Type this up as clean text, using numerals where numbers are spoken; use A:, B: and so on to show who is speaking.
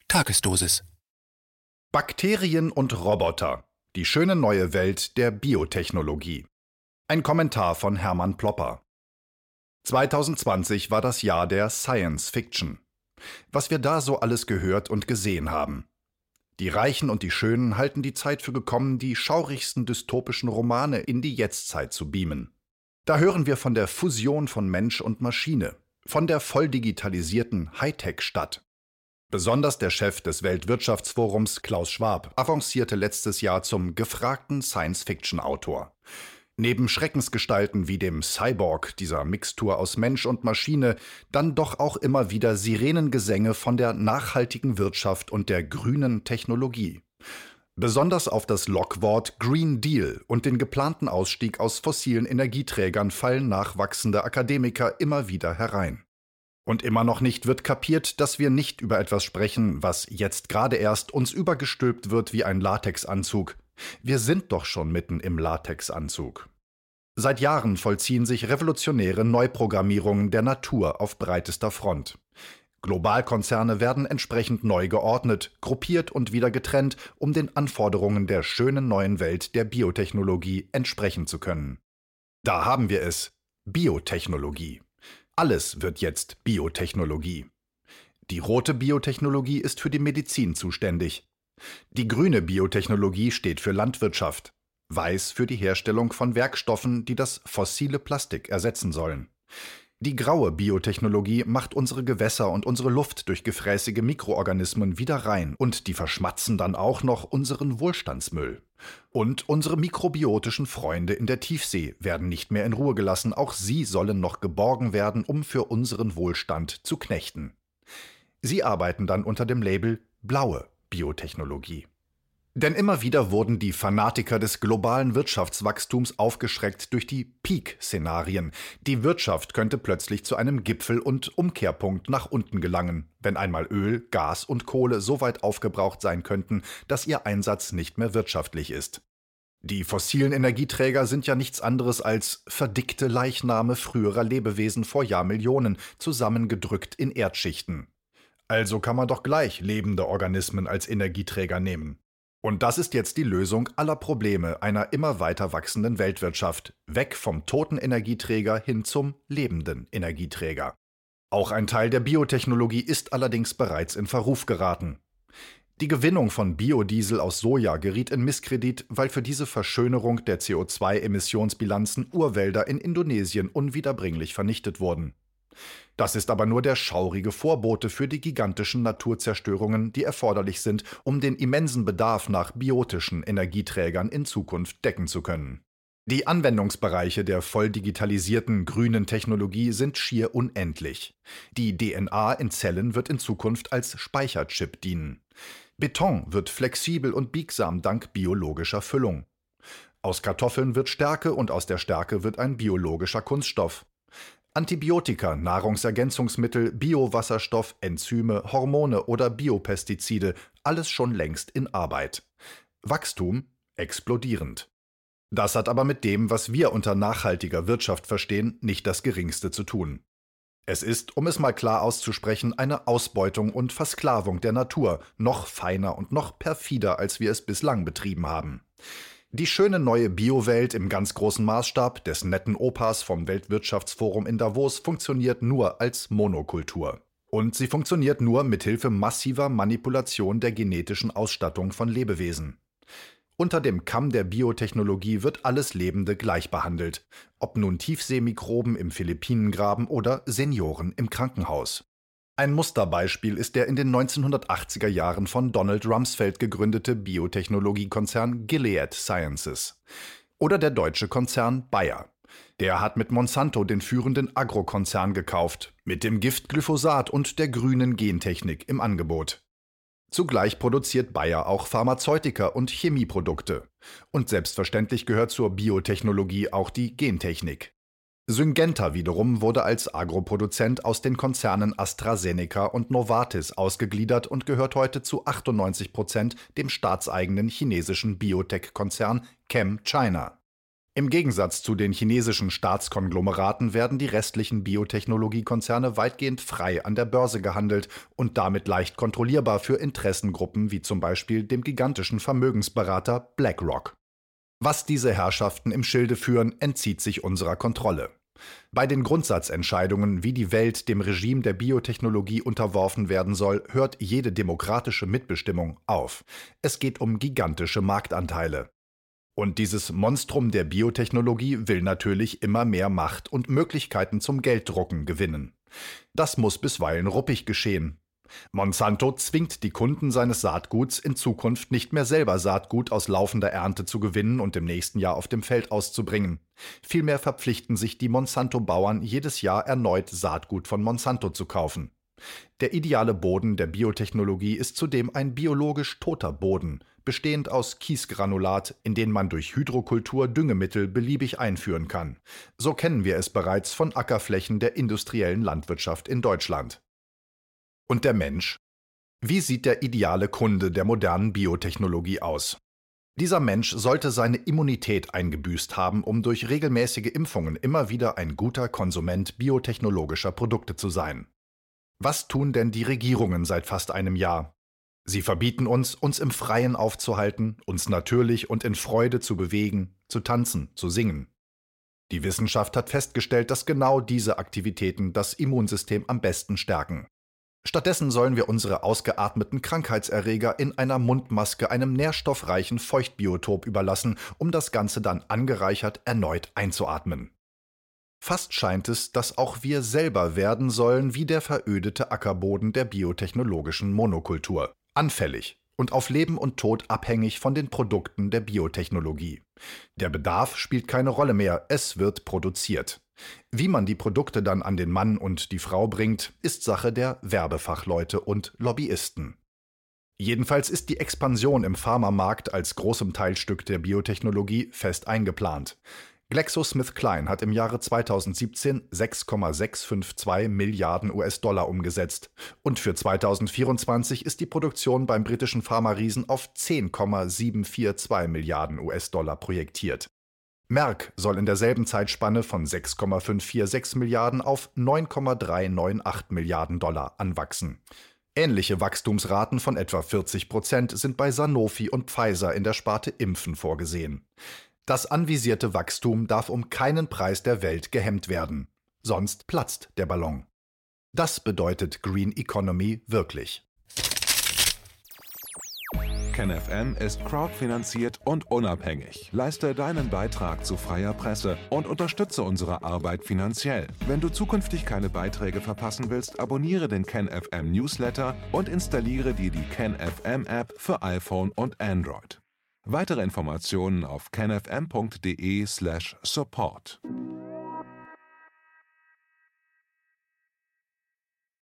A: Tagesdosis.
B: Bakterien und Roboter. Die schöne neue Welt der Biotechnologie. Ein Kommentar von Hermann Plopper. 2020 war das Jahr der Science Fiction. Was wir da so alles gehört und gesehen haben. Die Reichen und die Schönen halten die Zeit für gekommen, die schaurigsten dystopischen Romane in die Jetztzeit zu beamen. Da hören wir von der Fusion von Mensch und Maschine, von der voll digitalisierten Hightech-Stadt. Besonders der Chef des Weltwirtschaftsforums, Klaus Schwab, avancierte letztes Jahr zum gefragten Science-Fiction-Autor. Neben Schreckensgestalten wie dem Cyborg, dieser Mixtur aus Mensch und Maschine, dann doch auch immer wieder Sirenengesänge von der nachhaltigen Wirtschaft und der grünen Technologie. Besonders auf das Lockwort Green Deal und den geplanten Ausstieg aus fossilen Energieträgern fallen nachwachsende Akademiker immer wieder herein. Und immer noch nicht wird kapiert, dass wir nicht über etwas sprechen, was jetzt gerade erst uns übergestülpt wird wie ein Latexanzug. Wir sind doch schon mitten im Latexanzug. Seit Jahren vollziehen sich revolutionäre Neuprogrammierungen der Natur auf breitester Front. Globalkonzerne werden entsprechend neu geordnet, gruppiert und wieder getrennt, um den Anforderungen der schönen neuen Welt der Biotechnologie entsprechen zu können. Da haben wir es: Biotechnologie. Alles wird jetzt Biotechnologie. Die rote Biotechnologie ist für die Medizin zuständig. Die grüne Biotechnologie steht für Landwirtschaft. Weiß für die Herstellung von Werkstoffen, die das fossile Plastik ersetzen sollen. Die graue Biotechnologie macht unsere Gewässer und unsere Luft durch gefräßige Mikroorganismen wieder rein, und die verschmatzen dann auch noch unseren Wohlstandsmüll. Und unsere mikrobiotischen Freunde in der Tiefsee werden nicht mehr in Ruhe gelassen, auch sie sollen noch geborgen werden, um für unseren Wohlstand zu knechten. Sie arbeiten dann unter dem Label blaue Biotechnologie. Denn immer wieder wurden die Fanatiker des globalen Wirtschaftswachstums aufgeschreckt durch die Peak-Szenarien. Die Wirtschaft könnte plötzlich zu einem Gipfel und Umkehrpunkt nach unten gelangen, wenn einmal Öl, Gas und Kohle so weit aufgebraucht sein könnten, dass ihr Einsatz nicht mehr wirtschaftlich ist. Die fossilen Energieträger sind ja nichts anderes als verdickte Leichname früherer Lebewesen vor Jahrmillionen, zusammengedrückt in Erdschichten. Also kann man doch gleich lebende Organismen als Energieträger nehmen. Und das ist jetzt die Lösung aller Probleme einer immer weiter wachsenden Weltwirtschaft, weg vom toten Energieträger hin zum lebenden Energieträger. Auch ein Teil der Biotechnologie ist allerdings bereits in Verruf geraten. Die Gewinnung von Biodiesel aus Soja geriet in Misskredit, weil für diese Verschönerung der CO2-Emissionsbilanzen Urwälder in Indonesien unwiederbringlich vernichtet wurden. Das ist aber nur der schaurige Vorbote für die gigantischen Naturzerstörungen, die erforderlich sind, um den immensen Bedarf nach biotischen Energieträgern in Zukunft decken zu können. Die Anwendungsbereiche der voll digitalisierten grünen Technologie sind schier unendlich. Die DNA in Zellen wird in Zukunft als Speicherchip dienen. Beton wird flexibel und biegsam dank biologischer Füllung. Aus Kartoffeln wird Stärke und aus der Stärke wird ein biologischer Kunststoff. Antibiotika, Nahrungsergänzungsmittel, Biowasserstoff, Enzyme, Hormone oder Biopestizide, alles schon längst in Arbeit. Wachstum explodierend. Das hat aber mit dem, was wir unter nachhaltiger Wirtschaft verstehen, nicht das Geringste zu tun. Es ist, um es mal klar auszusprechen, eine Ausbeutung und Versklavung der Natur, noch feiner und noch perfider, als wir es bislang betrieben haben. Die schöne neue Biowelt im ganz großen Maßstab des netten Opas vom Weltwirtschaftsforum in Davos funktioniert nur als Monokultur. Und sie funktioniert nur mithilfe massiver Manipulation der genetischen Ausstattung von Lebewesen. Unter dem Kamm der Biotechnologie wird alles Lebende gleich behandelt, ob nun Tiefseemikroben im Philippinengraben oder Senioren im Krankenhaus. Ein Musterbeispiel ist der in den 1980er Jahren von Donald Rumsfeld gegründete Biotechnologiekonzern Gilead Sciences. Oder der deutsche Konzern Bayer. Der hat mit Monsanto den führenden Agrokonzern gekauft, mit dem Gift Glyphosat und der grünen Gentechnik im Angebot. Zugleich produziert Bayer auch Pharmazeutika und Chemieprodukte. Und selbstverständlich gehört zur Biotechnologie auch die Gentechnik. Syngenta wiederum wurde als Agroproduzent aus den Konzernen AstraZeneca und Novartis ausgegliedert und gehört heute zu 98% dem staatseigenen chinesischen Biotech-Konzern ChemChina. Im Gegensatz zu den chinesischen Staatskonglomeraten werden die restlichen Biotechnologiekonzerne weitgehend frei an der Börse gehandelt und damit leicht kontrollierbar für Interessengruppen wie zum Beispiel dem gigantischen Vermögensberater BlackRock. Was diese Herrschaften im Schilde führen, entzieht sich unserer Kontrolle. Bei den Grundsatzentscheidungen, wie die Welt dem Regime der Biotechnologie unterworfen werden soll, hört jede demokratische Mitbestimmung auf. Es geht um gigantische Marktanteile. Und dieses Monstrum der Biotechnologie will natürlich immer mehr Macht und Möglichkeiten zum Gelddrucken gewinnen. Das muss bisweilen ruppig geschehen. Monsanto zwingt die Kunden seines Saatguts in Zukunft nicht mehr selber Saatgut aus laufender Ernte zu gewinnen und im nächsten Jahr auf dem Feld auszubringen. Vielmehr verpflichten sich die Monsanto-Bauern jedes Jahr erneut Saatgut von Monsanto zu kaufen. Der ideale Boden der Biotechnologie ist zudem ein biologisch toter Boden, bestehend aus Kiesgranulat, in den man durch Hydrokultur Düngemittel beliebig einführen kann. So kennen wir es bereits von Ackerflächen der industriellen Landwirtschaft in Deutschland. Und der Mensch? Wie sieht der ideale Kunde der modernen Biotechnologie aus? Dieser Mensch sollte seine Immunität eingebüßt haben, um durch regelmäßige Impfungen immer wieder ein guter Konsument biotechnologischer Produkte zu sein. Was tun denn die Regierungen seit fast einem Jahr? Sie verbieten uns im Freien aufzuhalten, uns natürlich und in Freude zu bewegen, zu tanzen, zu singen. Die Wissenschaft hat festgestellt, dass genau diese Aktivitäten das Immunsystem am besten stärken. Stattdessen sollen wir unsere ausgeatmeten Krankheitserreger in einer Mundmaske einem nährstoffreichen Feuchtbiotop überlassen, um das Ganze dann angereichert erneut einzuatmen. Fast scheint es, dass auch wir selber werden sollen wie der verödete Ackerboden der biotechnologischen Monokultur. Anfällig und auf Leben und Tod abhängig von den Produkten der Biotechnologie. Der Bedarf spielt keine Rolle mehr, es wird produziert. Wie man die Produkte dann an den Mann und die Frau bringt, ist Sache der Werbefachleute und Lobbyisten. Jedenfalls ist die Expansion im Pharmamarkt als großem Teilstück der Biotechnologie fest eingeplant. GlaxoSmithKline hat im Jahre 2017 6,652 Milliarden US-Dollar umgesetzt und für 2024 ist die Produktion beim britischen Pharmariesen auf 10,742 Milliarden US-Dollar projektiert. Merck soll in derselben Zeitspanne von 6,546 Milliarden auf 9,398 Milliarden Dollar anwachsen. Ähnliche Wachstumsraten von etwa 40% sind bei Sanofi und Pfizer in der Sparte Impfen vorgesehen. Das anvisierte Wachstum darf um keinen Preis der Welt gehemmt werden, sonst platzt der Ballon. Das bedeutet Green Economy wirklich.
A: KenFM ist crowdfinanziert und unabhängig. Leiste deinen Beitrag zu freier Presse und unterstütze unsere Arbeit finanziell. Wenn du zukünftig keine Beiträge verpassen willst, abonniere den KenFM Newsletter und installiere dir die KenFM App für iPhone und Android. Weitere Informationen auf kenfm.de/support.